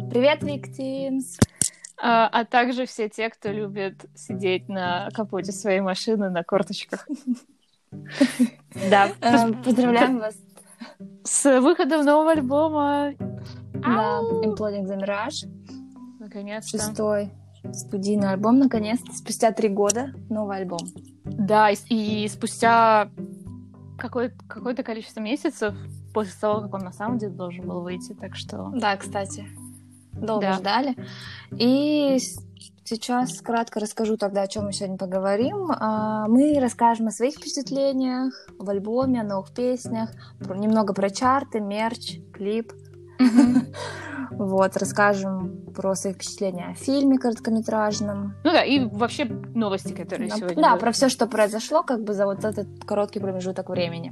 Привет, Виктимс! А также все те, кто любит сидеть на капоте своей машины на корточках. Да. Поздравляем вас с выходом нового альбома. на Imploding the Mirage. Наконец-то. 6-й студийный альбом, наконец-то. Спустя 3 года новый альбом. Да, и спустя какое-то количество месяцев после того, как он на самом деле должен был выйти, так что... Да, кстати, долго ждали. И сейчас кратко расскажу тогда, о чем мы сегодня поговорим. Мы расскажем о своих впечатлениях в альбоме, о новых песнях, немного про чарты, мерч, клип. Вот, расскажем про свои впечатления о фильме короткометражном. Ну да, и вообще новости, которые сегодня... Да, про все, что произошло, как бы за вот этот короткий промежуток времени.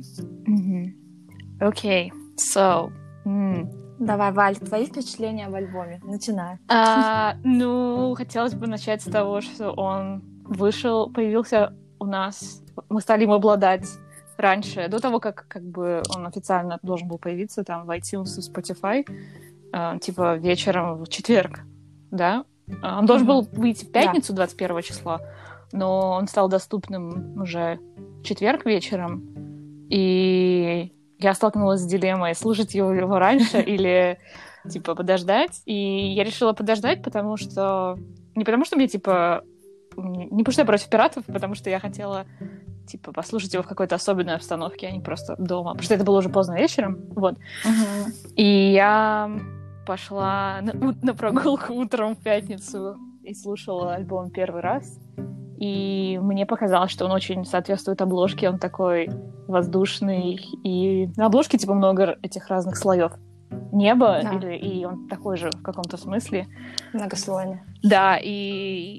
Окей, so... Давай, Валь, твои впечатления об альбоме. Начинай. Хотелось бы начать с того, что он появился у нас. Мы стали им обладать раньше, до того, как бы он официально должен был появиться там в iTunes и Spotify, типа вечером в четверг, да? Он должен был выйти в пятницу 21 числа, но он стал доступным уже в четверг вечером, и я столкнулась с дилеммой, слушать его раньше или, типа, подождать. И я решила подождать, потому что... Не потому что мне, типа... Не потому что я против пиратов, потому что я хотела, типа, послушать его в какой-то особенной обстановке, а не просто дома. Потому что это было уже поздно вечером. Вот. И я пошла на прогулку утром в пятницу и слушала альбом первый раз. И мне показалось, что он очень соответствует обложке. Он такой воздушный. И на обложке, типа, много этих разных слоев неба. Да. И он такой же в каком-то смысле. Многослойный. Да, и...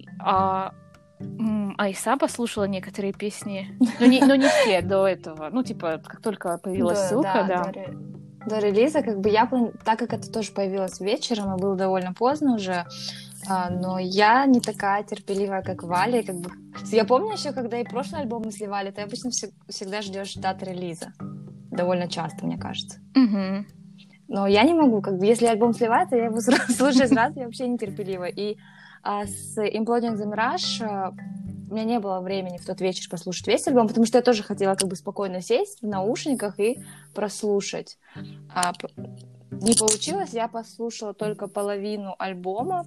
Айса послушала некоторые песни. Но не все до этого. Ну, типа, как только появилась ссылка, да. До релиза, как бы я... Так как это тоже появилось вечером, и было довольно поздно уже... но я не такая терпеливая, как Валя. Как бы... Я помню еще, когда и прошлый альбом мы сливали, ты обычно всегда ждешь даты релиза. Довольно часто, мне кажется. Но я не могу. Как бы, если альбом сливается, я его слушаю сразу, я вообще не терпелива. И с Imploding the Mirage у меня не было времени в тот вечер послушать весь альбом, потому что я тоже хотела как бы спокойно сесть в наушниках и прослушать. Не получилось, я послушала только половину альбома.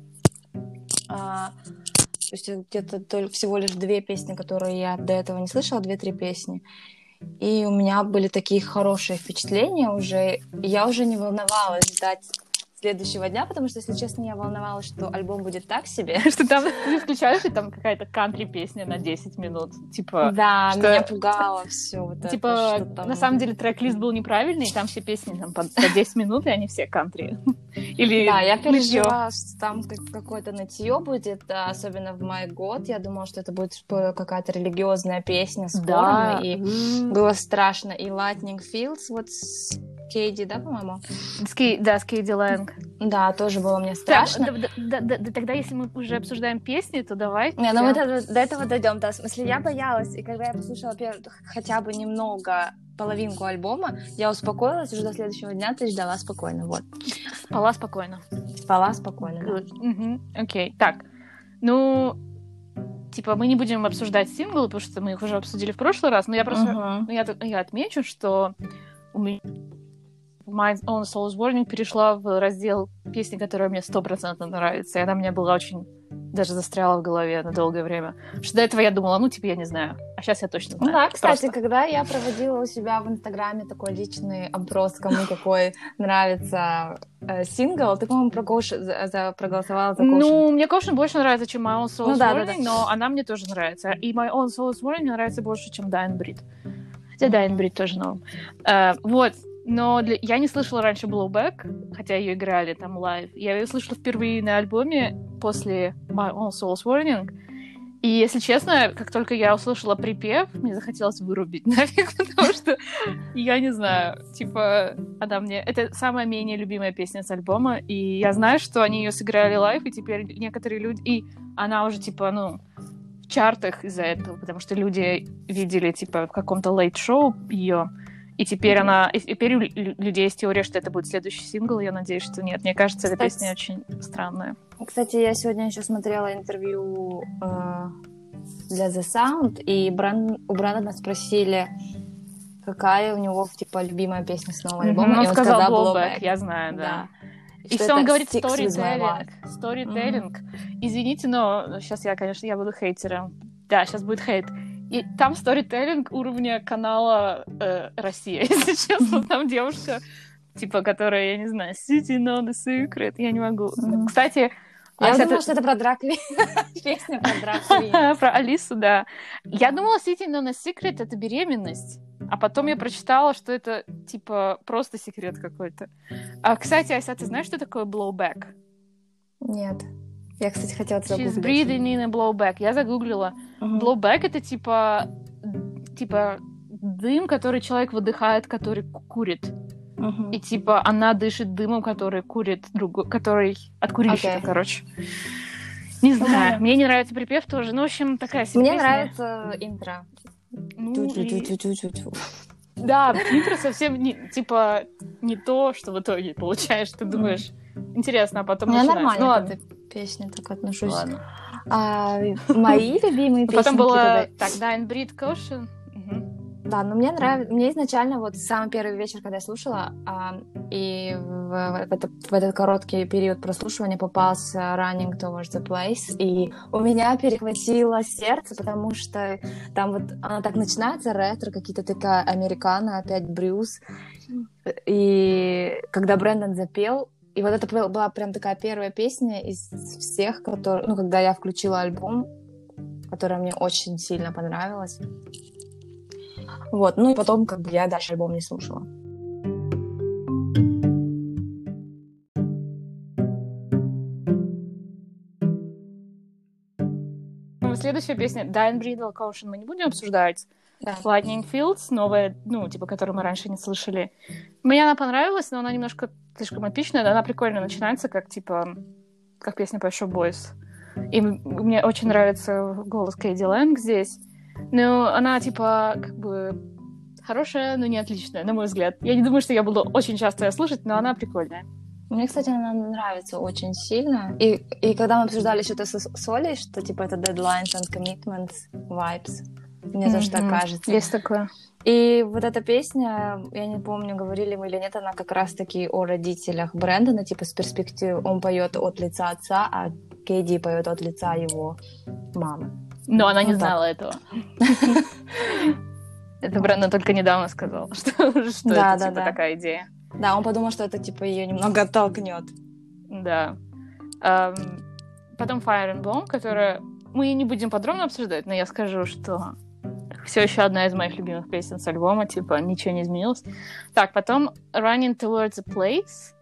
То есть где-то всего лишь 2 песни, которые я до этого не слышала, 2-3 песни. И у меня были такие хорошие впечатления уже. Я уже не волновалась ждать следующего дня, потому что, если честно, я волновалась, что альбом будет так себе. Что там ты включаешь, и там какая-то кантри-песня на 10 минут. Типа, да, меня пугало все вот типа, это. Типа, на самом деле трек-лист был неправильный, и там все песни там, по 10 минут, и они все кантри. Или да, я переживала, что там какое-то нытье будет, особенно в мой год. Я думала, что это будет какая-то религиозная песня с хором, и было страшно. И Lightning Fields, вот с Кейди, да, по-моему? С Кейди Лэнг. Да, тоже было мне страшно. Тогда, если мы уже обсуждаем песни, то давай. Не, ну мы до этого дойдем. Да, в смысле, я боялась, и когда я послушала хотя бы немного половинку альбома, я успокоилась, уже до следующего дня ты ждала спокойно, вот. Спала спокойно. Спала спокойно, да. Окей, так. Ну, типа, мы не будем обсуждать синглы, потому что мы их уже обсудили в прошлый раз, но я просто... Я отмечу, что у меня My Own Soul's Warning перешла в раздел песни, которая мне 100% нравится, и она мне была очень... даже застряла в голове на долгое время. Потому что до этого я думала, я не знаю. А сейчас я точно знаю. Да, кстати, когда я проводила у себя в Инстаграме такой личный опрос, кому какой нравится сингл, ты, по-моему, проголосовала за Caution. Ну, мне Caution больше нравится, чем My Own Soul's Warning, но она мне тоже нравится. И My Own Soul's Warning мне нравится больше, чем Dying Breed. Хотя Dying Breed тоже норм. Вот. Но я не слышала раньше Blowback, хотя ее играли там лайв. Я ее слышала впервые на альбоме после My Own Soul's Warning. И, если честно, как только я услышала припев, мне захотелось вырубить нафиг, потому что, я не знаю, типа, она мне... Это самая менее любимая песня с альбома, и я знаю, что они ее сыграли лайв, и теперь некоторые люди... И она уже, типа, в чартах из-за этого, потому что люди видели, типа, в каком-то лейт-шоу ее. И теперь у людей есть теория, что это будет следующий сингл. Я надеюсь, что нет. Мне кажется, эта песня очень странная. Кстати, я сегодня еще смотрела интервью для The Sound, и у Брэндона спросили, какая у него, типа, любимая песня с нового альбома. Он и он сказал Blowback, я знаю, да. И все он говорит storytelling. Извините, но сейчас я буду хейтером. Да, сейчас будет хейт. И там сторителлинг уровня канала Россия, если честно. Там девушка, типа, которая, я не знаю, Sitting on the Secret. Я не могу. Кстати... Я думала, что это про драг-квин. Песня про драг-квин. Про Алису, да. Я думала, Sitting on the Secret — это беременность. А потом я прочитала, что это, типа, просто секрет какой-то. Кстати, Айса, ты знаешь, что такое blowback? Нет. Я, кстати, хотела это загуглить. She's breathing in a blowback. Я загуглила. Blowback — это, типа, дым, который человек выдыхает, который курит. И, типа, она дышит дымом, который курит который от курильщика, короче. Не знаю. Мне не нравится припев тоже. Ну, в общем, такая себе Мне песня. нравится интро. Да, интро совсем не то, что в итоге получаешь. Ты думаешь, интересно, а потом начинаешь. Я нормально к этой песне так отношусь. Мои любимые песни... Потом было Diane Breed Caution. Да, но мне нравится... Мне изначально вот самый первый вечер, когда я слушала, и в этот короткий период прослушивания попался Running Towards the Place, и у меня перехватило сердце, потому что там вот она так начинается, ретро, какие-то такая американо, опять Брюс, и когда Брэндон запел, и вот это была прям такая первая песня из всех, которые... Ну, когда я включила альбом, которая мне очень сильно понравилась. Вот, ну и потом, как бы, я дальше альбом не слушала. Следующая песня Diane Breed Caution мы не будем обсуждать. Да. Lightning Fields, новая, которую мы раньше не слышали. Мне она понравилась, но она немножко слишком эпичная, она прикольно начинается, как песня Pet Shop Boys. И мне очень нравится голос Кэйди Лэнг здесь. Но она, хорошая, но не отличная, на мой взгляд. Я не думаю, что я буду очень часто ее слушать, но она прикольная. Мне, кстати, она нравится очень сильно. И когда мы обсуждали что-то с Олей, что, это deadlines and commitments vibes. Мне тоже так кажется. Есть такое. И вот эта песня, я не помню, говорили мы или нет, она как раз-таки о родителях Брэндона, с перспективы. Он поет от лица отца, а Кейди поет от лица его мамы. Но она не знала этого. Это Брэндон только недавно сказал, что это такая идея. Да, он подумал, что это ее немного оттолкнет. Да. Потом Fire and Bone, которая мы не будем подробно обсуждать, но я скажу, что все еще одна из моих любимых песен с альбома, ничего не изменилось. Так, потом Running Towards a Place.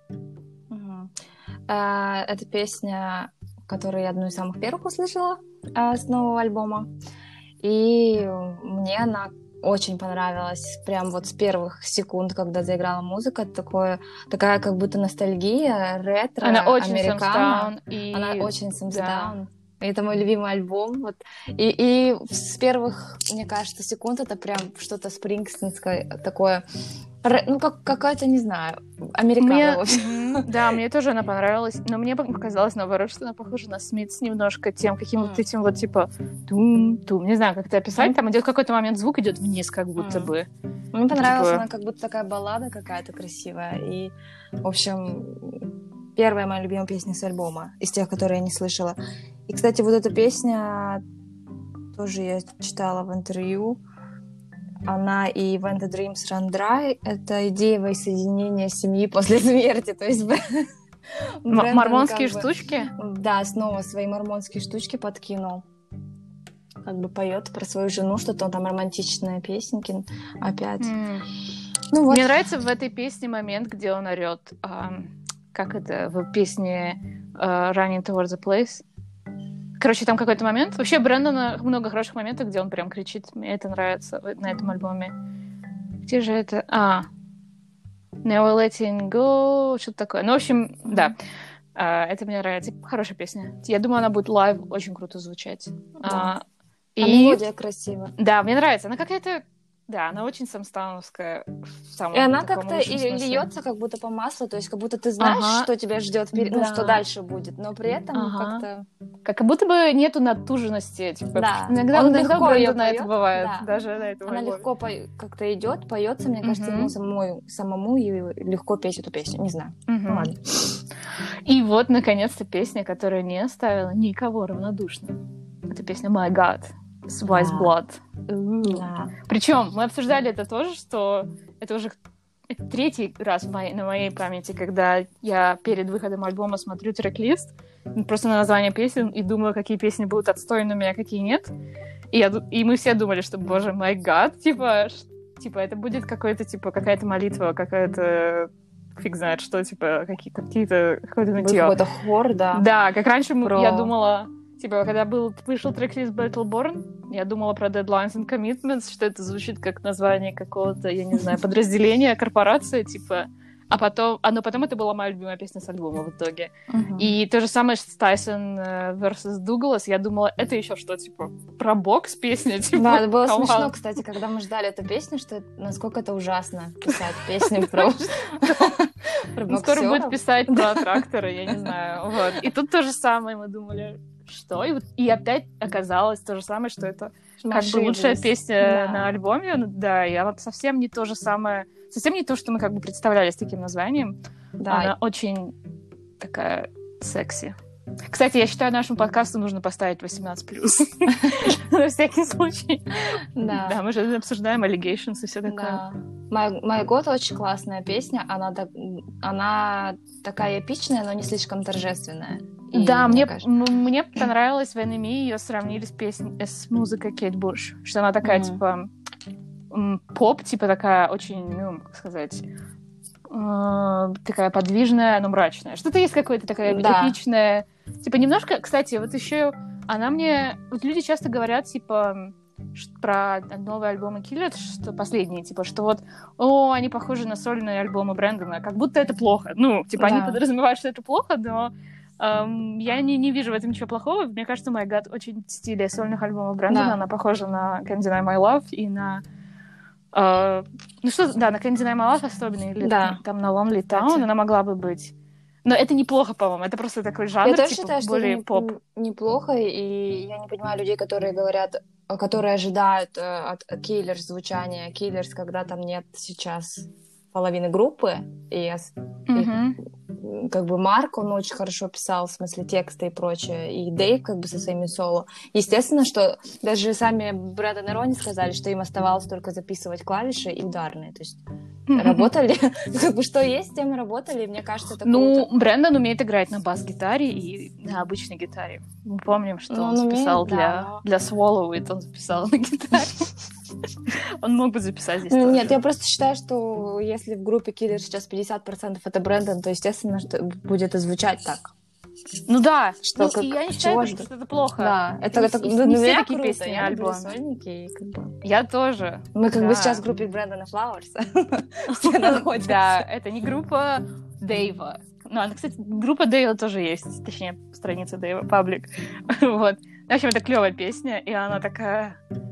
Это песня, которую я одну из самых первых услышала с нового альбома. И мне она очень понравилась. Прям вот с первых секунд, когда заиграла музыка. Такая как будто ностальгия, ретро, она очень американо. И... Она очень Sam's Down. Это мой любимый альбом. Вот. И с первых, мне кажется, секунд это прям что-то спрингстинское такое. Какая-то, не знаю, американо. Да, мне тоже она понравилась. Но мне показалось, наоборот, что она похожа на Смитс немножко тем, каким-то этим тум-тум. Не знаю, как это описать. Там идет какой-то момент, звук идет вниз, как будто бы. Мне понравилась она, как будто такая баллада какая-то красивая. И, в общем, первая моя любимая песня с альбома, из тех, которые я не слышала. И, кстати, вот эта песня тоже я читала в интервью. Она и When the Dreams Run Dry — это идея воссоединения семьи после смерти. То есть мормонские штучки? Да, снова свои мормонские штучки подкинул. Поет про свою жену, что-то там романтичные песенки опять. Мне нравится в этой песне момент, где он орет. Как это в песне Running Towards the Place. Короче, там какой-то момент. Вообще, Брэндона много хороших моментов, где он прям кричит. Мне это нравится на этом альбоме. Где же это? Never Letting Go. Что-то такое. Ну, в общем, да. Это мне нравится. Хорошая песня. Я думаю, она будет лайв очень круто звучать. Да. И мелодия красивая. Да, мне нравится. Она какая-то Да, она очень самстановская в самом И она таком как-то лучшем и смысле. льется как будто по маслу, то есть как будто ты знаешь, Ага, что тебя ждет, ну, что да. дальше будет, но при этом Ага. как-то... Как будто бы нету натуженности, типа, Да, иногда он у легко ее Брэндона это поет, бывает, да. даже на этом Она альбоме. легко как-то идет, поется, мне кажется, ему самому и легко петь эту песню, не знаю. Ну ладно. И вот, наконец-то, песня, которая не оставила никого равнодушным. Это песня My God с Wise Blood. Да. Причем мы обсуждали это тоже, что это уже третий раз на моей памяти, когда я перед выходом альбома смотрю трек-лист, просто на название песен и думаю, какие песни будут отстойными, а какие нет. И мы все думали, что, боже, My God, типа, это будет какая-то молитва, какая-то фиг знает что, типа, какое-то нытьё. Какой-то хор, да. Да, как раньше я думала, типа, когда вышел трек-лист Battleborn, я думала про Deadlines and Commitments, что это звучит как название какого-то, я не знаю, подразделения, корпорации, типа. А потом это была моя любимая песня с альбома в итоге. И то же самое с Tyson vs. Douglas. Я думала, это еще что, типа, про бокс песня? Типа, да, это было смешно, кстати, когда мы ждали эту песню, что насколько это ужасно писать песни про боксёров. Скоро будет писать про тракторы, я не знаю. И тут то же самое мы думали, что? И опять оказалось то же самое, что это как бы лучшая песня на альбоме. Да, и она совсем не то же самое, совсем не то, что мы как бы представляли с таким названием. Да. Она очень такая секси. Кстати, я считаю, нашему подкасту нужно поставить 18+. На всякий случай. Да, мы же обсуждаем allegations и все такое. My God очень классная песня. Она такая эпичная, но не слишком торжественная. Да, мне понравилось, в NME ее сравнили с музыкой Кейт Буш. Что она такая, типа, поп, типа такая очень, ну, как сказать... такая подвижная, но мрачная. Что-то есть какое-то такое эпичное. Типа немножко, кстати, вот еще она мне... Вот люди часто говорят, типа, про новые альбомы Killers, что последние, типа, что вот, они похожи на сольные альбомы Брэндона, как будто это плохо. Ну, типа, они подразумевают, что это плохо, но я не вижу в этом ничего плохого. Мне кажется, My God очень в стиле сольных альбомов Брэндона. Она похожа на Can't Deny My Love и на на Can't Deny My Love особенно, или там на Lonely Town она могла бы быть. Но это неплохо, по-моему, это просто такой жанр, я тоже типа, считаю, более что поп. Неплохо, и я не понимаю людей, которые говорят, которые ожидают от Killers звучания Killers, когда там нет сейчас половины группы, и как бы Марк, он очень хорошо писал, в смысле текста и прочее, и Дэйв как бы со своими соло. Естественно, что даже сами Брэндон и Ронни сказали, что им оставалось только записывать клавиши и ударные, то есть работали, как бы что есть, тем и работали, и мне кажется, это круто. Брэндон умеет играть на бас-гитаре и на обычной гитаре. Мы помним, что он записал для Swallow It, он записал на гитаре. Он мог бы записать здесь тоже. Нет, я просто считаю, что если в группе Killers сейчас 50% это Брэндон, то, естественно, что будет и звучать так. Ну да, что, я не считаю, что это плохо. Да, это не все такие песни я люблю альбома. сольники. Я тоже. Мы как бы сейчас в группе Брэндона Флауэрс. Все находятся. Да, это не группа Дэйва. Кстати, группа Дэйва тоже есть, точнее, страница Дэйва, паблик. Вот. В общем, это клевая песня, и она такая...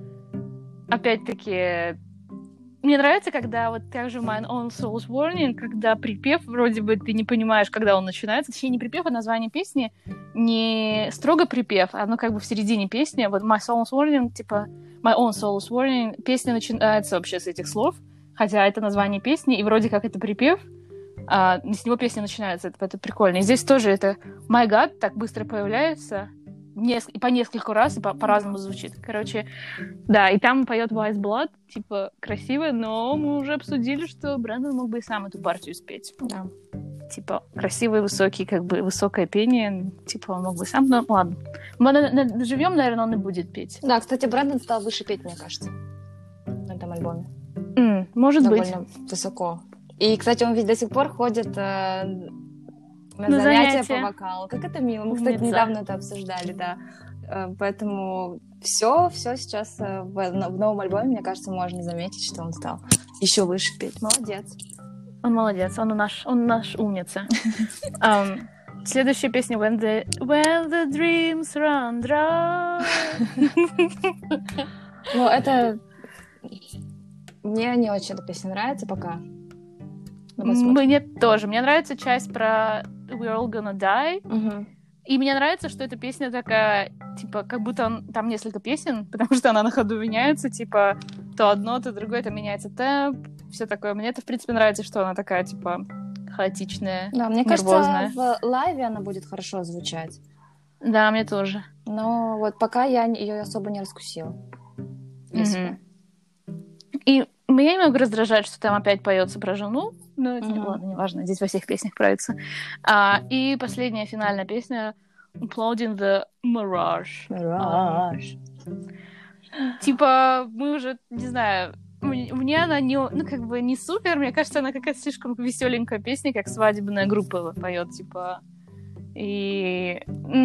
Опять-таки, мне нравится, когда вот так же My Own Soul's Warning, когда припев, вроде бы ты не понимаешь, когда он начинается, точнее, не припев, а название песни, не строго припев, оно как бы в середине песни, вот My Soul's Warning, типа My Own Soul's Warning, песня начинается вообще с этих слов, хотя это название песни, и вроде как это припев, с него песня начинается, это прикольно. И здесь тоже это My God так быстро появляется, по нескольку раз и по-разному звучит. Короче, да, и там поет Wise Blood, типа, красиво, но мы уже обсудили, что Брэндон мог бы и сам эту партию спеть. Да. Типа, красивый, высокий, как бы, высокое пение, типа, он мог бы сам, но ладно. Мы живем, наверное, он и будет петь. Да, кстати, Брэндон стал выше петь, мне кажется, на этом альбоме. Может довольно быть. Высоко. И, кстати, он ведь до сих пор ходит... на занятия по вокалу. Как это мило. Мы, кстати, недавно это обсуждали, да. Поэтому все сейчас в новом альбоме, мне кажется, можно заметить, что он стал еще выше петь. Молодец. Он молодец, он наш умница. Следующая песня When the Dreams Run Dry. Ну, это... Мне не очень эта песня нравится пока. Ну, мне тоже. Мне нравится часть про We're All Gonna Die. Угу. И мне нравится, что эта песня такая, типа, как будто там несколько песен, потому что она на ходу меняется, типа, то одно, то другое, то меняется темп, все такое. Мне это, в принципе, нравится, что она такая, типа, хаотичная, Да, мне нервозная. кажется, в лайве она будет хорошо звучать. Да, мне тоже. Но вот пока я ее особо не раскусила. И меня немного раздражает, что там опять поется про жену. Но ладно, неважно, здесь во всех песнях поется. И последняя финальная песня Imploding the Mirage. Mirage. Типа, мы уже, не знаю, мне она не, ну, как бы не супер, мне кажется, она какая-то слишком веселенькая песня, как свадебная группа поет, типа. И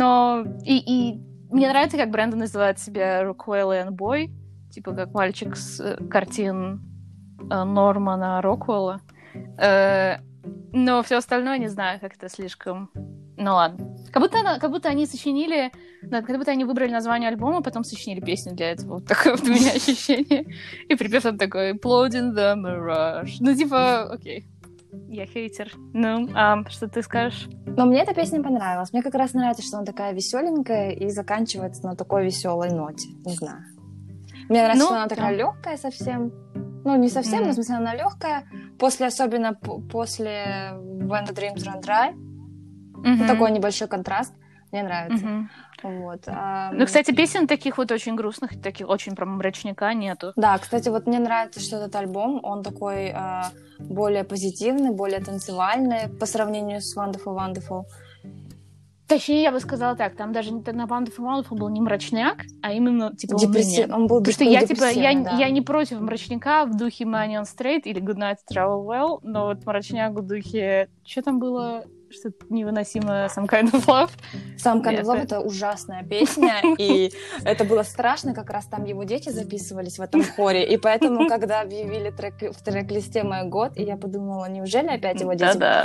мне нравится, как Брэндон называет себя Rockwellian Boy, типа как мальчик с картин Нормана Роквелла. Но все остальное, не знаю, как-то слишком... Ну ладно. Как будто они сочинили... Как будто они выбрали название альбома, потом сочинили песню для этого. Вот такое вот у меня ощущение. И припев там такой Imploding the Mirage. Ну, типа, окей. Я хейтер. Ну, что ты скажешь? Но мне эта песня понравилась. Мне как раз нравится, что она такая веселенькая и заканчивается на такой веселой ноте. Не знаю. Мне нравится, что она такая легкая совсем. Ну, не совсем, но в смысле она легкая. Особенно после When the Dreams Run Dry. Такой небольшой контраст. Мне нравится. Вот. Ну, кстати, песен таких вот очень грустных, таких очень про мрачняка нету. Да, кстати, вот мне нравится, что этот альбом, он такой более позитивный, более танцевальный по сравнению с Wonderful Wonderful. Точнее, я бы сказала так, там даже на Wonderful Wonderful был не мрачняк, а именно, типа, он был потому что я, типа, я не против мрачняка в духе Money on Straight или Goodnight Travel Well, но вот мрачняк в духе... Что там было? Что-то невыносимое Some Kind of Love. Some Kind of Love — это ужасная песня, и это было страшно, как раз там его дети записывались в этом хоре, и поэтому, когда объявили в трек-листе «Мой год», и я подумала, неужели опять его дети... Да-да.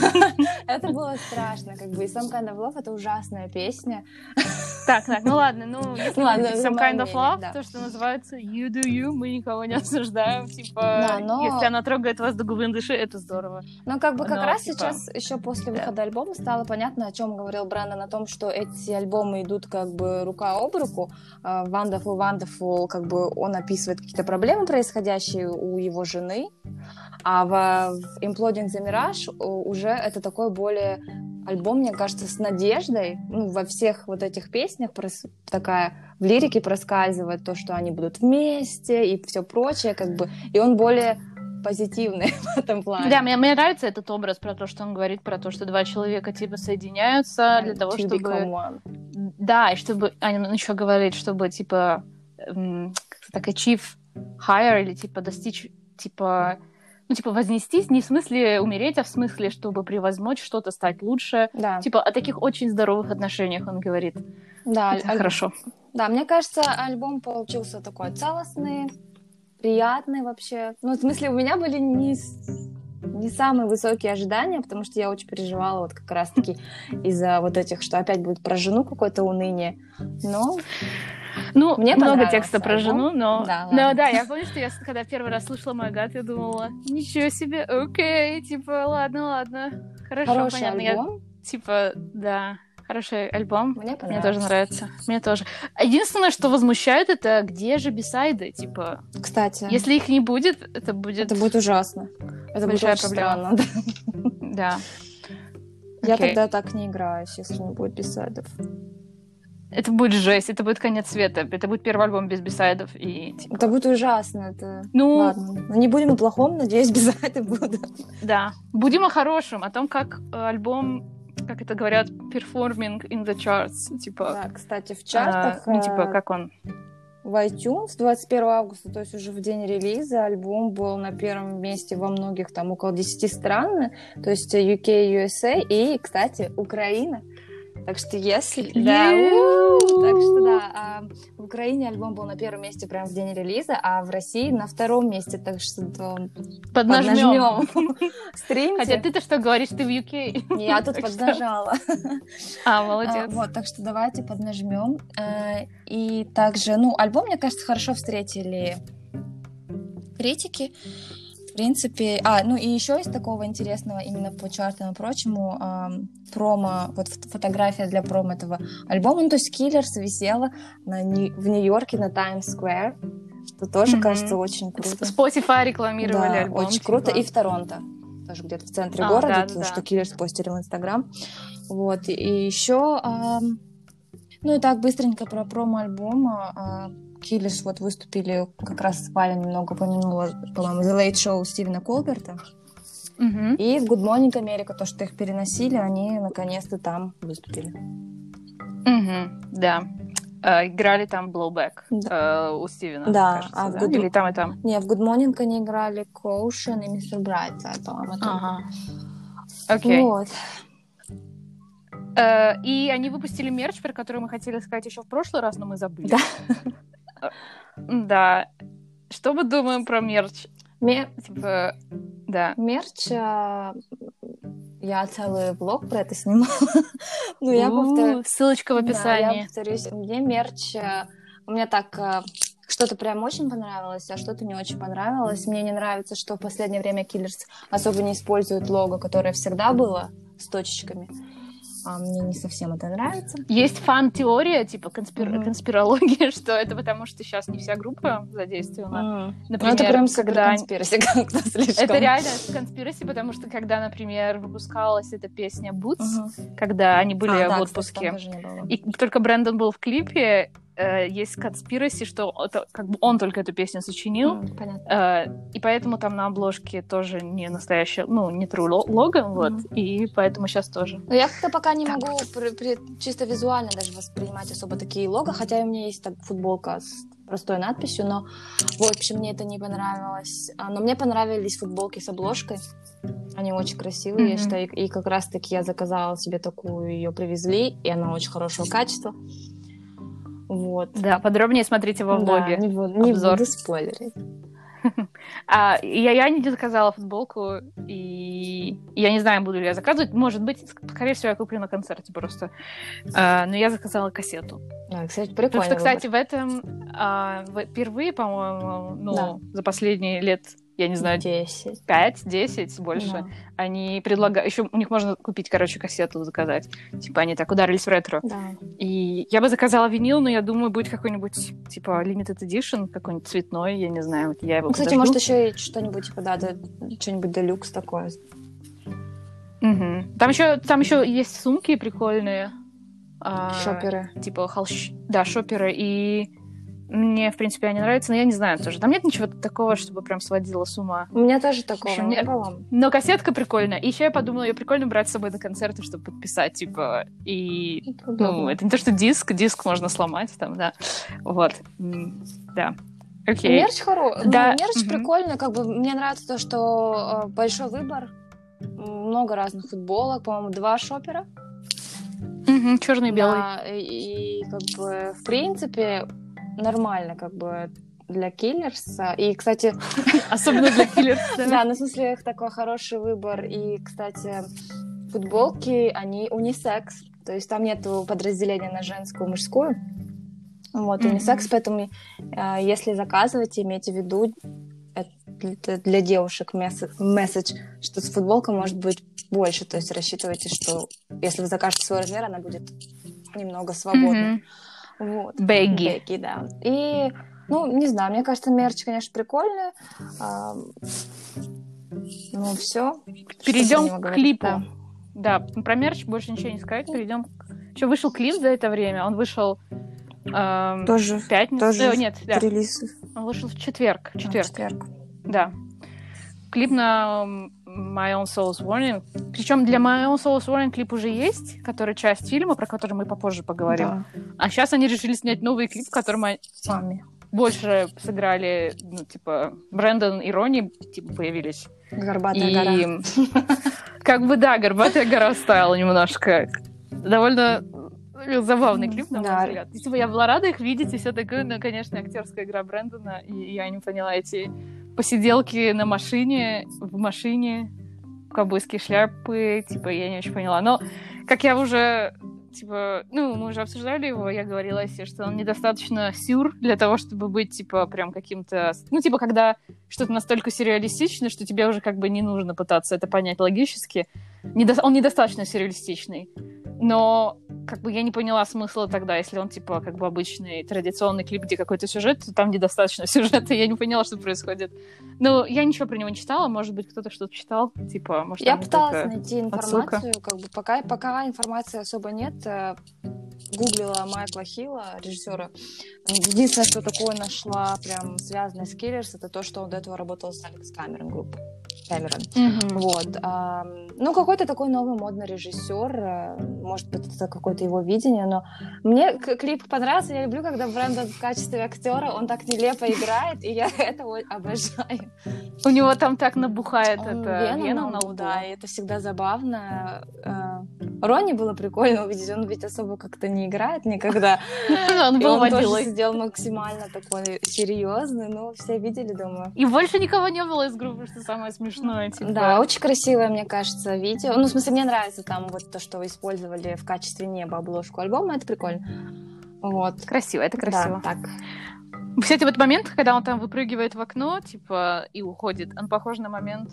Это было страшно, как бы, и Some Kind of Love — это ужасная песня. Так, ну ладно, если Some Kind of Love, то, что называется You Do You, мы никого не осуждаем, типа, если она трогает вас до глубин души, это здорово. Ну, как бы, как раз сейчас, еще после выхода альбома стало понятно, о чем говорил Брэндон, о том, что эти альбомы идут как бы рука об руку. Wonderful Wonderful, как бы он описывает какие-то проблемы, происходящие у его жены, а в Imploding the Mirage уже это такой более альбом, мне кажется, с надеждой. Ну, во всех вот этих песнях такая в лирике проскальзывает то, что они будут вместе и все прочее, как бы, и он более позитивный в этом плане. Да, мне нравится этот образ про то, что он говорит про то, что два человека типа соединяются для того, чтобы... Да, и чтобы... Он еще говорит, чтобы типа так achieve higher или типа достичь типа... Ну, типа, вознестись не в смысле умереть, а в смысле, чтобы превозмочь что-то, стать лучше. Да. Типа, о таких очень здоровых отношениях он говорит. Да, это хорошо. Да, мне кажется, альбом получился такой целостный, приятный вообще. Ну, в смысле, у меня были не самые высокие ожидания, потому что я очень переживала вот как раз-таки из-за вот этих, что опять будет про жену какое-то уныние. Но... Ну, мне много текста про жену, но... Да, я помню, что когда первый раз слышала «My God», я думала, ничего себе, окей, типа, ладно, хорошо, хороший понятно. альбом. Типа, да, хороший альбом. Мне тоже нравится. Мне тоже. Единственное, что возмущает, это где же бисайды, типа... Кстати. Если их не будет, это будет... Это будет ужасно. Это большая будет проблема. Странно. Да. Я тогда так не играюсь, если не будет бисайдов. Это будет жесть, это будет конец света. Это будет первый альбом без бисайдов. И, типа... Это будет ужасно. Ладно. Но не будем о плохом, надеюсь, бисайды будут. Да. Будем о хорошем, о том, как альбом, как это говорят, performing in the charts. Типа, да, кстати, в чартах... как он... В iTunes 21 августа, то есть уже в день релиза, альбом был на первом месте во многих, там, около 10 стран. То есть UK, USA и, кстати, Украина. Так что если... Так что да, в Украине альбом был на первом месте прямо в день релиза, а в России на втором месте, так что поднажмем. Стримьте. Хотя ты-то что говоришь, ты в UK? Я тут поднажала. Молодец. Вот, так что давайте поднажмем. И также, альбом, мне кажется, хорошо встретили критики. В принципе... ну и еще из такого интересного именно по чартам и прочему, промо, вот фотография для промо этого альбома, ну то есть Killers висела в Нью-Йорке на Таймс-сквер, что тоже, кажется, очень круто. Spotify рекламировали альбом. Очень круто. И в Торонто, тоже где-то в центре города, что Killers постили в Инстаграм. Вот, и еще... ну и так быстренько про промо-альбома. Killers вот выступили, как раз Валя немного упомянула, по-моему, The Late Show Стивена Колберта. И в Good Morning America, то, что их переносили, они наконец-то там выступили. Да. Играли там Blowback у Стивена, да, кажется, Или там и там? Не, в Good Morning они играли Caution и Mr. Brightside, по-моему. Окей. Вот. И они выпустили мерч, про который мы хотели сказать еще в прошлый раз, но мы забыли. Да. Что мы думаем про мерч? Типа, да. Мерч... Я целый влог про это снимала. Ну, я повторюсь. Ссылочка в описании. Я повторюсь. Мне мерч... У меня так... Что-то прям очень понравилось, а что-то не очень понравилось. Мне не нравится, что в последнее время Killers особо не используют лого, которое всегда было с точечками. Мне не совсем это нравится. Есть фан-теория, типа конспирология, что это потому, что сейчас не вся группа задействована. Например, это прям конспираси как-то слишком. Это реально конспираси, потому что когда, например, выпускалась эта песня Boots, когда они были в отпуске, и только Брэндон был в клипе, есть конспираси, что это, как бы он только эту песню сочинил, и поэтому там на обложке тоже не настоящее, не true лого, вот, и поэтому сейчас тоже. Но я как-то пока не могу чисто визуально даже воспринимать особо такие лого, хотя у меня есть футболка с простой надписью, но, в общем, мне это не понравилось. Но мне понравились футболки с обложкой, они очень красивые, я считаю, и как раз-таки я заказала себе такую, ее привезли, и она очень хорошего качества. Вот. Да, подробнее смотрите во влоге. Да, не буду спойлерить. Я не заказала футболку, и я не знаю, буду ли я заказывать. Может быть, скорее всего, я куплю на концерте просто. Но я заказала кассету. Кстати, прикольно. Потому что, кстати, в этом впервые, по-моему, за последние лет, я не знаю, 5-10 больше, они предлагают... Еще у них можно купить, кассету заказать. Типа они так ударились в ретро. Да. И я бы заказала винил, но я думаю, будет какой-нибудь, типа, limited edition, какой-нибудь цветной, я не знаю. Вот я его кстати, может, еще и что-нибудь, типа, что-нибудь делюкс такое. Там еще есть сумки прикольные. Шоперы. Типа, шоперы, и... Мне, в принципе, они нравятся, но я не знаю тоже. Там нет ничего такого, чтобы прям сводило с ума. У меня тоже такого не было. Но кассетка прикольная. И еще я подумала, ее прикольно брать с собой на концерты, чтобы подписать, типа. И, это не то, что диск можно сломать там, да. Вот. Да. Окей. Мерч хороший. Да. Мерч прикольный, мне нравится то, что большой выбор, много разных футболок, по-моему, 2 шопера. Черный и белый. Да, и в принципе... нормально, для Killers. И, кстати... Особенно для Killers, да? Да, в смысле, их такой хороший выбор. И, кстати, футболки, они унисекс. То есть там нету подразделения на женскую, мужскую. Вот, унисекс, поэтому если заказываете, имейте в виду, это для девушек месседж, что с футболкой может быть больше. То есть рассчитывайте, что если вы закажете свой размер, она будет немного свободной. Вот. Бэгги, да. И, не знаю, мне кажется, мерч, конечно, прикольный. Все. Перейдем к клипу. Да, про мерч больше ничего не сказать. Перейдем. Еще вышел клип за это время. Он вышел тоже в пятницу. Тоже нет, да. Релиз. Он вышел в четверг. Четверг. Да. Клип на My Own Soul's Warning. Причем для My Own Soul's Warning клип уже есть, который часть фильма, про который мы попозже поговорим. Да. А сейчас они решили снять новый клип, в котором сами больше сыграли, Брэндон и Ронни, появились. Горбатая гора. Горбатая гора стала немножко. Довольно забавный клип, на мой взгляд. Я была рада их видеть и все такое, но, конечно, актерская игра Брэндона, и я не поняла эти посиделки в машине, ковбойские шляпы, я не очень поняла. Но, как я уже типа, ну, мы уже обсуждали его, я говорила себе, что он недостаточно сюр для того, чтобы быть, типа, прям каким-то... Ну, типа, когда что-то настолько сюрреалистичное, что тебе уже как бы не нужно пытаться это понять логически. Он недостаточно сюрреалистичный. Но как бы я не поняла смысла тогда, если он, типа, как бы обычный традиционный клип, где какой-то сюжет, то там недостаточно сюжета, я не поняла, что происходит. Ну, я ничего про него не читала, может быть, кто-то что-то читал, типа, может, я там пыталась найти информацию, отсылка. как бы пока информации особо нет, гуглила Майкла Хилла, режиссера. Единственное, что такое нашла, прям связанное с Killers, это то, что он до этого работал с Алекс Кэмерон. Вот. Ну, какой-то такой новый модный режиссер. Может быть, это какое-то его видение, но мне клип понравился. Я люблю, когда Брэндон в качестве актера, он так нелепо играет, и я это обожаю. У него там так набухает он это вена на лбу. Да, и это всегда забавно. Ронни было прикольно увидеть, он ведь особо как-то не играет никогда. Он был водилой. Он тоже сидел максимально такой серьезный, но все видели, думаю. И больше никого не было из группы, что самое смешное. Типа. Да, очень красивое, мне кажется, видео. Ну, в смысле, мне нравится там вот то, что вы использовали в качестве неба обложку альбома, это прикольно. Вот. Красиво, это красиво. Да, так. Кстати, вот момент, когда он там выпрыгивает в окно, типа, и уходит, он похож на момент,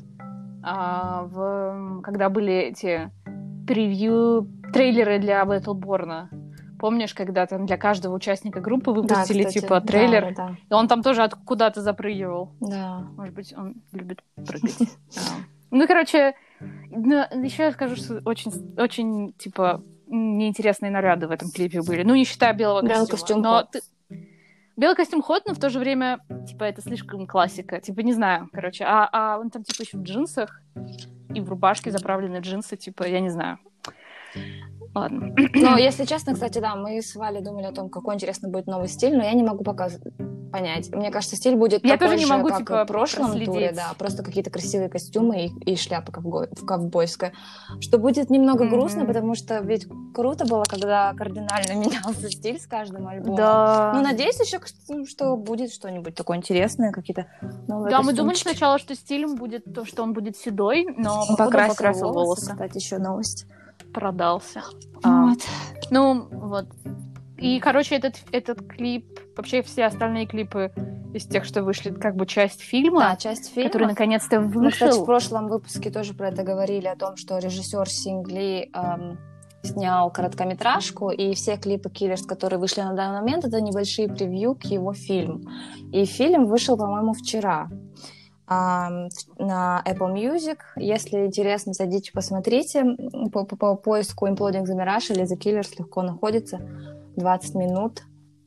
когда были эти превью-трейлеры для Battleborn. Помнишь, когда там для каждого участника группы выпустили, да, типа, трейлер? Да. И он там тоже куда-то запрыгивал. Да. Может быть, он любит прыгать. Ну, короче, еще я скажу, что очень, типа, неинтересные наряды в этом клипе были. Ну, не считая белого костюма. Белый костюм ход, но в то же время, типа, это слишком классика. Типа, не знаю, короче. А он там, типа, еще в джинсах и в рубашке заправленные джинсы, типа, я не знаю. Ладно. Ну, если честно, кстати, да, мы с Валей думали о том, какой интересный будет новый стиль, но я не могу пока понять. Мне кажется, стиль будет такой же, как типа, в прошлом туре, да, просто какие-то красивые костюмы и шляпа ковбойская. Что будет немного грустно, потому что ведь круто было, когда кардинально менялся стиль с каждым альбомом. Да. Ну, надеюсь еще, что будет что-нибудь такое интересное, какие-то новые Да, мы думали сначала, что стилем будет то, что он будет седой, но он покрасил волосы. Кстати, еще новость. Продался. Вот. Ну, вот. И, короче, этот клип, вообще все остальные клипы из тех, что вышли, как бы часть фильма. Да, часть фильма. Который наконец-то вышел. Мы, кстати, в прошлом выпуске тоже про это говорили, о том, что режиссер Сингли снял короткометражку, и все клипы Killers, которые вышли на данный момент, это небольшие превью к его фильму. И фильм вышел, по-моему, вчера. На Apple Music. Если интересно, зайдите, посмотрите. По поиску Imploding the Mirage или The Killers легко находится. 20 минут.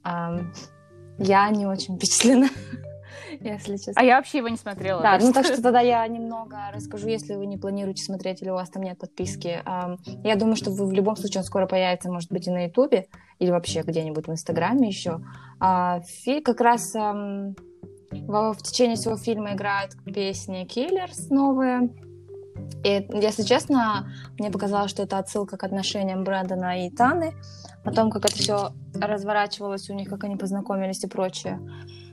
Я не очень впечатлена, если честно. А я вообще его не смотрела. Да, ну так что тогда я немного расскажу, если вы не планируете смотреть или у вас там нет подписки. Я думаю, что в любом случае он скоро появится, может быть, и на Ютубе, или вообще где-нибудь в Инстаграме еще. Как раз... В течение всего фильма играют песни Killers новые. И, если честно, мне показалось, что это отсылка к отношениям Брэндона и Таны, о том, как это все разворачивалось у них, как они познакомились и прочее.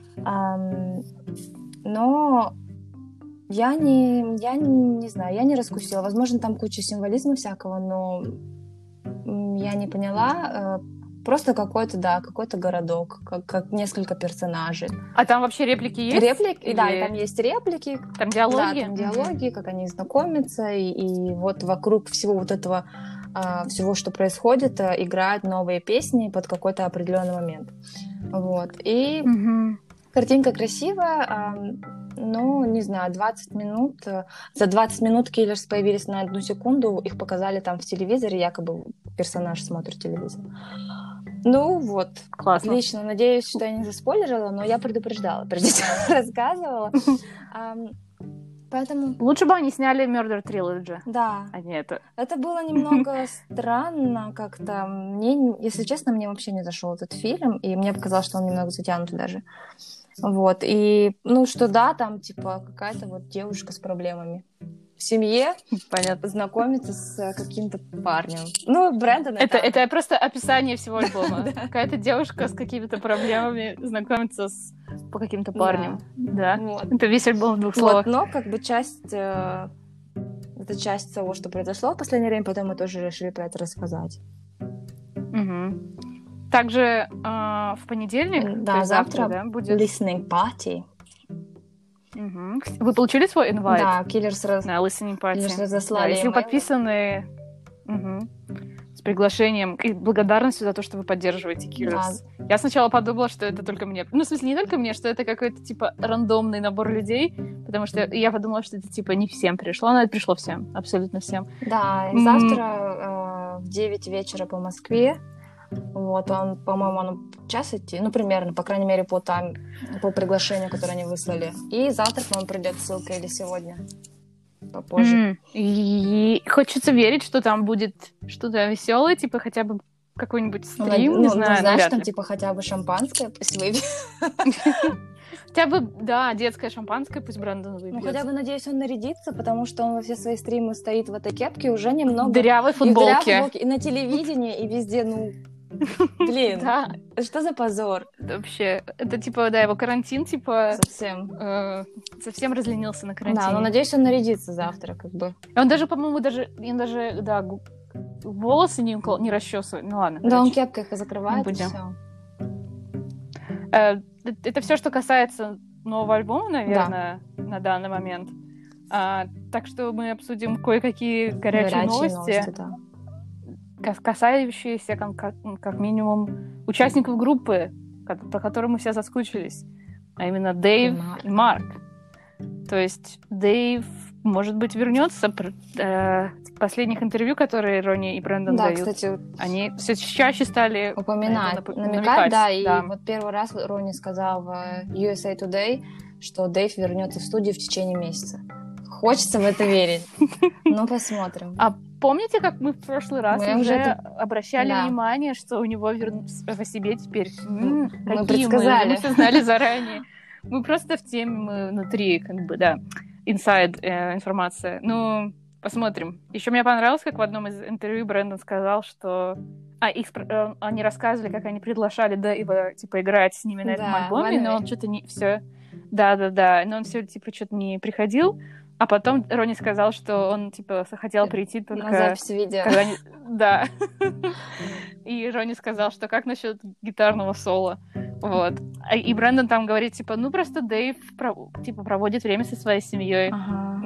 Но я не знаю, я не раскусила. Возможно, там куча символизма всякого, но я не поняла. Просто какой-то городок, как несколько персонажей. А там вообще реплики есть? Реплики, да, и там есть реплики. Там диалоги? Да, там диалоги, как они знакомятся, и вот вокруг всего вот этого, всего, что происходит, играют новые песни под какой-то определенный момент. Вот. И картинка красивая, ну, не знаю, 20 минут. За 20 минут Killers появились на 1 секунду, их показали там в телевизоре, якобы персонаж смотрит телевизор. Ну вот, классно. Отлично. Надеюсь, что я не заспойлерила, но я предупреждала, прежде чем рассказывала. Поэтому... Лучше бы они сняли Murder Trilogy. Да. А не это. Это было немного странно как-то. Мне, если честно, мне вообще не зашел этот фильм, и мне показалось, что он немного затянут даже. Вот. И, ну, что да, там, типа, какая-то вот девушка с проблемами в семье, понятно, знакомиться с каким-то парнем. Ну, Брэндон... Это просто описание всего альбома. Какая-то девушка с какими-то проблемами знакомится по каким-то парням. Да. Это весь альбом в 2 словах. Но как бы это часть того, что произошло в последнее время, поэтому мы тоже решили про это рассказать. Мгм. Также в понедельник, то Да, есть завтра, завтра да, будет... listening party. Мгм. Вы получили свой инвайт Да, Killers на listening party? Да, разослали если вы имейлы. подписаны с приглашением и благодарностью за то, что вы поддерживаете Да, Killers. Я сначала подумала, что это только мне. Ну, в смысле, не только мне, что это какой-то, типа, рандомный набор людей, потому что я подумала, что это, типа, не всем пришло, но это пришло всем, абсолютно всем. да, и завтра в 9 вечера по Москве. Вот, он, по-моему, он час идти, ну, примерно, по крайней мере, по приглашению, которое они выслали. И завтра, по-моему, придет ссылка или сегодня, попозже. И хочется верить, что там будет что-то веселое, типа хотя бы какой-нибудь стрим, не знаю, знаешь, навряд там, ли. типа, хотя бы шампанское пусть выпьет. Хотя бы, да, детское шампанское пусть Брэндон выпьет. Ну, хотя бы, надеюсь, он нарядится, потому что он во все свои стримы стоит в этой кепке уже немного... В дырявой И в дырявой футболке. футболке, и на телевидении, и везде, ну... Блин, Да, что за позор? вообще. Это, типа, да, его карантин, типа, Совсем. совсем разленился на карантине. Да, но надеюсь, он нарядится завтра, как бы. Он даже, по-моему, да, волосы не расчесывает. Ну ладно. Да, он короче. кепкой их закрывает, и Будем. все. Это все, что касается нового альбома, наверное, на данный момент. Так что мы обсудим кое-какие горячие новости, да. касающиеся как минимум участников группы, по которым мы все соскучились. А именно Дэйв и Марк. То есть Дэйв, может быть, вернется. В последних интервью, которые Ронни и Брэндон дают, кстати, они все чаще стали упоминать, намекать, да. И вот первый раз Ронни сказал в USA Today, что Дэйв вернется в студию в течение месяца. Хочется в это верить. Ну, посмотрим. А помните, как мы в прошлый раз уже обращали внимание, что у него в себе теперь мы какие предсказали. Мы все знали заранее. Мы просто в теме, мы внутри, как бы, да, инсайд информация. Ну, посмотрим. Еще мне понравилось, как в одном из интервью Брэндон сказал, что... они рассказывали, как они приглашали Дэйва, типа, играть с ними на этом альбоме, но он что-то не... все. Да, но он все, типа, что-то не приходил. А потом Ронни сказал, что он, типа, хотел прийти только... На запись видео. Да. И Ронни сказал, что как насчет гитарного соло? Вот. И Брэндон там говорит, типа, ну, просто Дэйв, типа, проводит время со своей семьей. Ага.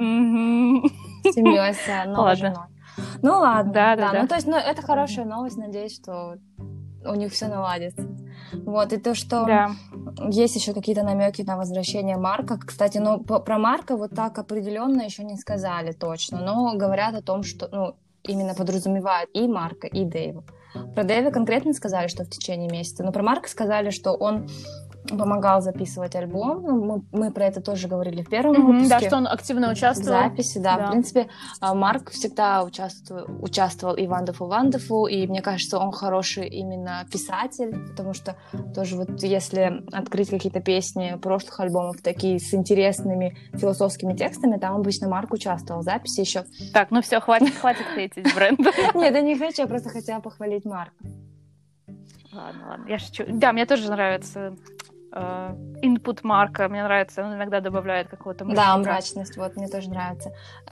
С семьей, с новой женой. Ну, ладно. Да. Ну, то есть, это хорошая новость. Надеюсь, что у них все наладится. Вот, и то, что есть еще какие-то намеки на возвращение Марка. Кстати, про Марка вот так определенно еще не сказали точно, но говорят о том, что, именно подразумевают и Марка, и Дэйва. Про Дэйва конкретно сказали, что в течение месяца, но про Марка сказали, что он помогал записывать альбом. Мы про это тоже говорили в первом выпуске. Да, что он активно участвовал. В записи, да. В принципе, Марк всегда участвовал и в Wonderful, и мне кажется, он хороший именно писатель, потому что тоже вот если открыть какие-то песни прошлых альбомов, такие с интересными философскими текстами, там обычно Марк участвовал в записи еще. Так, ну все, хватит хейтить бренда. Нет, я не хочу, я просто хотела похвалить Марка. Ладно, я шучу. Да, мне тоже нравится инпут Марка, мне нравится, он иногда добавляет какого-то мрачности. Да, мрачность, вот, мне тоже нравится.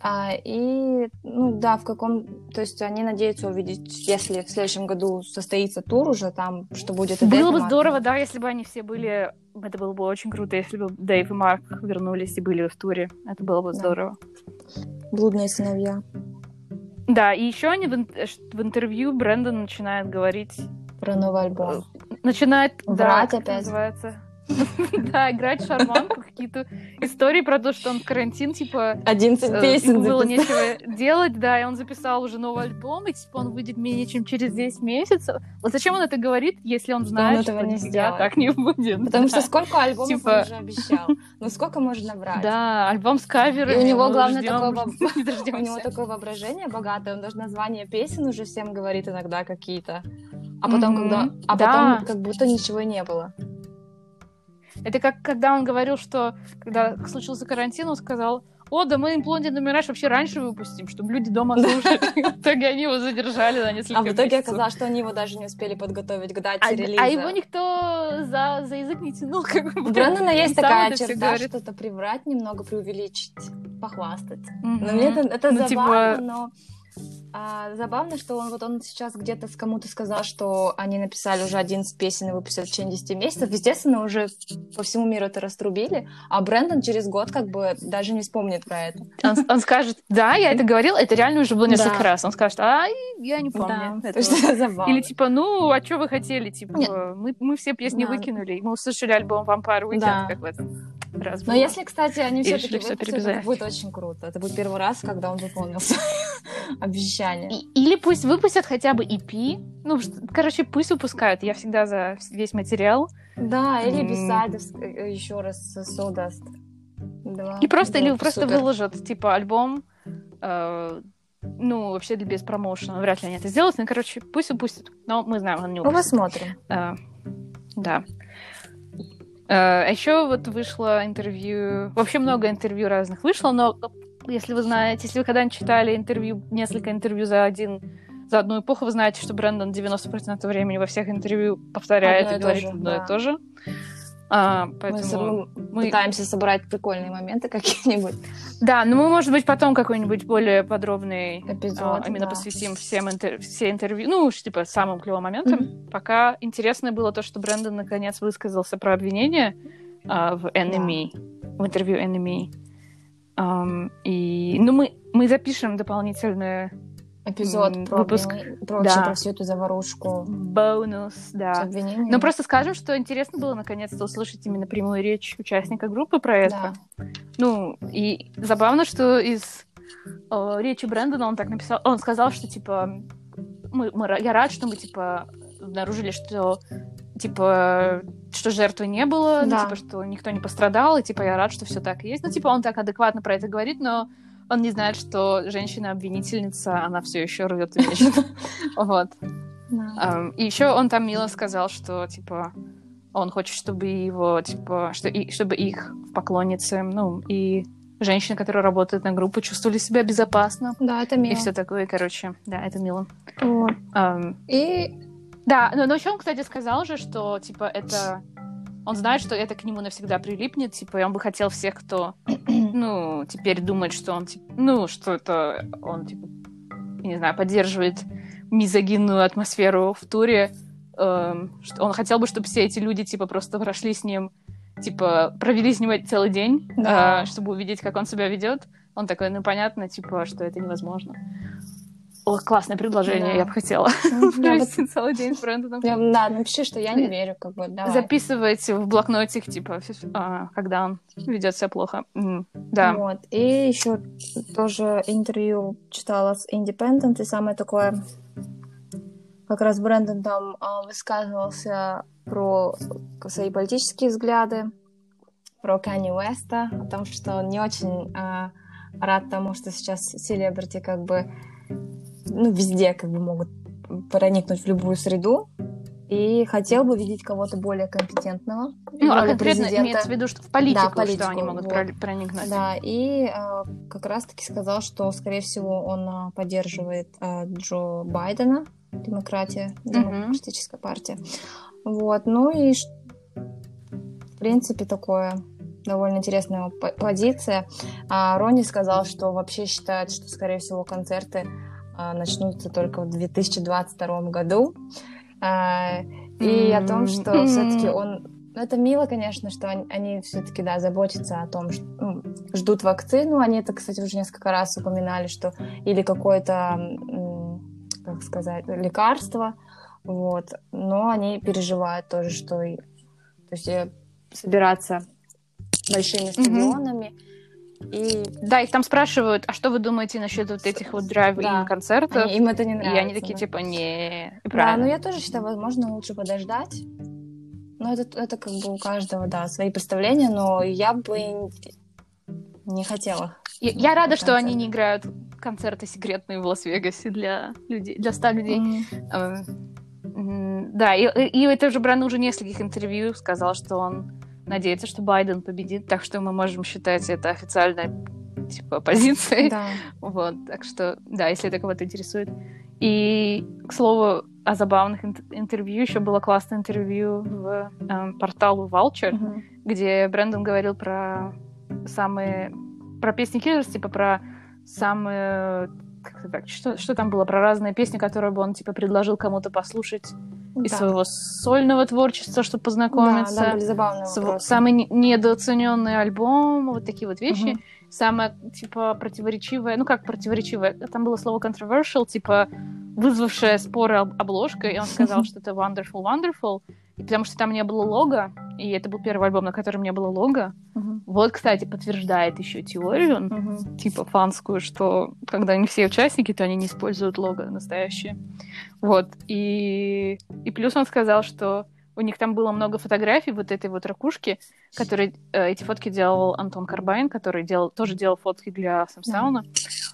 То есть они надеются увидеть, если в следующем году состоится тур уже там, что будет и Дэйв и Марк. Было бы здорово, да, если бы они все были, это было бы очень круто, если бы Дэйв и Марк вернулись и были в туре, это было бы здорово. Блудные сыновья. Да, и еще они в интервью Брэндон начинает говорить про новый альбом. Начинает врать опять. Называется. Да, играть в шарманку, какие-то истории про то, что он в карантин, типа... 11 песен ему было нечего делать, да, и он записал уже новый альбом, и типа он выйдет менее чем через 10 месяцев. Вот зачем он это говорит, если он знает, что нифига так не будет? Потому что сколько альбомов он уже обещал? Ну сколько можно брать? Да, альбом с каверами. И у него, главное, такое воображение богатое, он даже название песен уже всем говорит иногда какие-то. А потом, потом как будто ничего и не было. Это как когда он говорил, что когда случился карантин, он сказал: о, да мы Imploded Mirage вообще раньше выпустим, чтобы люди дома слушали. В итоге они его задержали на несколько месяцев. А в итоге оказалось, что они его даже не успели подготовить к дате релиза. А его никто за язык не тянул. У Брэндона есть такая черта, что-то приврать немного, преувеличить, похвастать. Но мне это забавно, но... Забавно, что он сейчас где-то с кому-то сказал, что они написали уже 11 песен и выпустят в течение 10 месяцев. Естественно, уже по всему миру это раструбили, а Брэндон через год как бы даже не вспомнит про это. Он скажет, да, я это говорил, это реально уже было несколько раз. Он скажет, я не помню. Да, это забавно. Или типа, а что вы хотели? Типа, мы все песни выкинули, мы услышали альбом Vampire Weekend, как в этом. Но если, кстати, они все-таки выпустят, это будет очень круто. Это будет первый раз, когда он выполнил обещание. Или пусть выпустят хотя бы EP. Короче, пусть выпускают. Я всегда за весь материал. Да, или Beside еще раз Sawdust. И просто выложат, типа, альбом. Вообще без промоушена. Вряд ли они это сделают. Но, короче, пусть выпустят. Но мы знаем, он не выпустит. Посмотрим. Да. А еще вот вышло интервью... Вообще много интервью разных вышло, но если вы знаете, если вы когда-нибудь читали несколько интервью за одну эпоху, вы знаете, что Брэндон 90% времени во всех интервью повторяет и говорит одно и то же. Поэтому мы пытаемся собрать прикольные моменты какие-нибудь. Да, но мы, может быть, потом какой-нибудь более подробный эпизод именно посвятим все интервью, типа самым клевым моментам. Пока интересно было то, что Брэндон наконец высказался про обвинения в NME, в интервью NME. Мы запишем дополнительный эпизод выпуск про всю эту заварушку. Бонус, да. Но просто скажем, что интересно было наконец-то услышать именно прямую речь участника группы про это. Да. И забавно, что из речи Брэндона он так написал, он сказал, что типа я рад, что мы типа обнаружили, что типа что жертвы не было, что никто не пострадал, и типа я рад, что все так и есть. Он так адекватно про это говорит, но он не знает, что женщина-обвинительница, она все еще рвет и мечет. Вот. И еще он там мило сказал, что, типа, он хочет, чтобы его, типа, чтобы их поклонницы, и женщины, которые работают на группу, чувствовали себя безопасно. Да, это мило. И все такое, короче. Да, это мило. Вот. Да, но еще он, кстати, сказал же, что, типа, это... Он знает, что это к нему навсегда прилипнет, типа, и он бы хотел всех, кто, теперь думает, что он, типа, что это он, типа, не знаю, поддерживает мизогинную атмосферу в туре. Что он хотел бы, чтобы все эти люди, типа, просто прошли с ним, типа, провели с ним целый день, чтобы увидеть, как он себя ведет. Он такой, понятно, типа, что это невозможно. О, классное предложение, я бы хотела провести целый день с Брэндоном. Да, напиши, что я не верю, как бы, давай. Записывать в блокнотик, типа, когда он ведет себя плохо. Да. Вот, и еще тоже интервью читала с Independent, и самое такое, как раз Брэндон там высказывался про свои политические взгляды, про Канье Уэста, о том, что он не очень рад тому, что сейчас селебрити как бы везде как бы могут проникнуть в любую среду, и хотел бы видеть кого-то более компетентного. Конкретно президента. Имеется в виду, что в политику, что они могут проникнуть. Да, и как раз-таки сказал, что, скорее всего, он поддерживает Джо Байдена, Демократическая партия. Вот, и в принципе такое довольно интересная позиция. Ронни сказал, что вообще считает, что, скорее всего, концерты начнутся только в 2022 году. И о том, что все-таки это мило, конечно, что они все-таки, заботятся о том, что ждут вакцину. Они это, кстати, уже несколько раз упоминали, что или какое-то, как сказать, лекарство. Вот. Но они переживают тоже, что то есть собираться большими стадионами. И... Да, их там спрашивают, а что вы думаете насчет вот этих вот драйв-ин концертов? Им это не нравится. И они такие, типа, не... Да, я тоже считаю, возможно, лучше подождать. Но это как бы у каждого, свои представления, но я бы не хотела. Я рада, что они не играют концерты секретные в Лас-Вегасе для людей, для 100 людей. Да, и это же Брэндон уже в нескольких интервью сказал, что он надеется, что Байден победит, так что мы можем считать это официальной позицией. Да. Вот, так что, да, если это кого-то интересует. И, к слову, о забавных интервью, еще было классное интервью в порталу Vulture, где Брэндон говорил про песни Killers, типа про самые как-то так, что там было про разные песни, которые бы он, типа, предложил кому-то послушать из своего сольного творчества, чтобы познакомиться. Да, были забавные вопросы. Самый недооцененный альбом, вот такие вот вещи. Самое, типа, противоречивое, ну, как противоречивое, там было слово controversial, типа, вызвавшая споры обложка, и он сказал, что это wonderful, wonderful, и потому что там не было лого, и это был первый альбом, на котором не было лого. Вот, кстати, подтверждает еще теорию, типа, фанскую, что когда не все участники, то они не используют лого настоящее. Вот, и плюс он сказал, что у них там было много фотографий вот этой вот ракушки, которые эти фотки делал Антон Карбайн, который тоже делал фотки для Самсауна.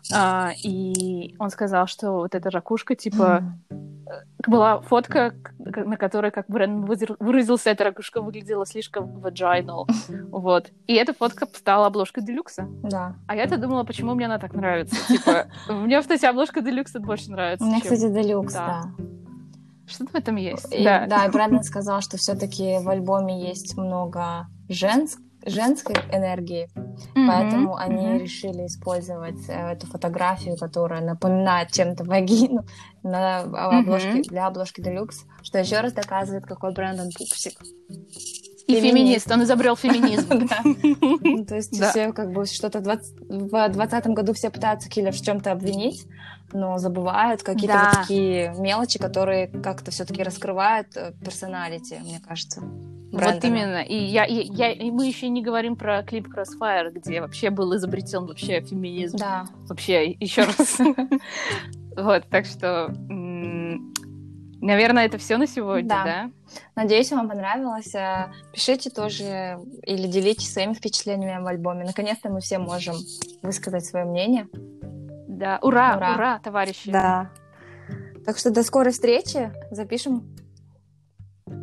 И он сказал, что вот эта ракушка, типа, была фотка, на которой, как Брэндон выразился, эта ракушка выглядела слишком vaginal. Вот. И эта фотка стала обложкой Делюкса. Да. А я-то думала, почему мне она так нравится. Типа, мне, кстати, обложка Делюкса больше нравится. Мне, кстати, Делюкс, да. Что-то в этом есть. И Брэндон сказал, что все-таки в альбоме есть много женской энергии, поэтому они решили использовать эту фотографию, которая напоминает чем-то вагину для обложки Делюкс, что еще раз доказывает, какой Брэндон пупсик. И феминист, он изобрел феминизм. То есть все как бы что-то в 2020 году все пытаются Килля в чем-то обвинить, но забывают какие-то вот такие мелочи, которые как-то все-таки раскрывают персоналити, мне кажется. Брэндона. Вот именно. И мы еще не говорим про клип Crossfire, где вообще был изобретен вообще феминизм. Да. Вообще, еще раз. Вот, так что, наверное, это все на сегодня, да? Надеюсь, вам понравилось. Пишите тоже или делитесь своими впечатлениями об альбоме. Наконец-то мы все можем высказать свое мнение. Да, ура, товарищи. Да. Так что до скорой встречи. Запишем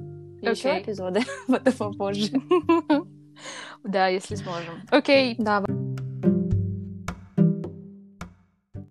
еще эпизоды, потом попозже. Да, если сможем. Окей. Да.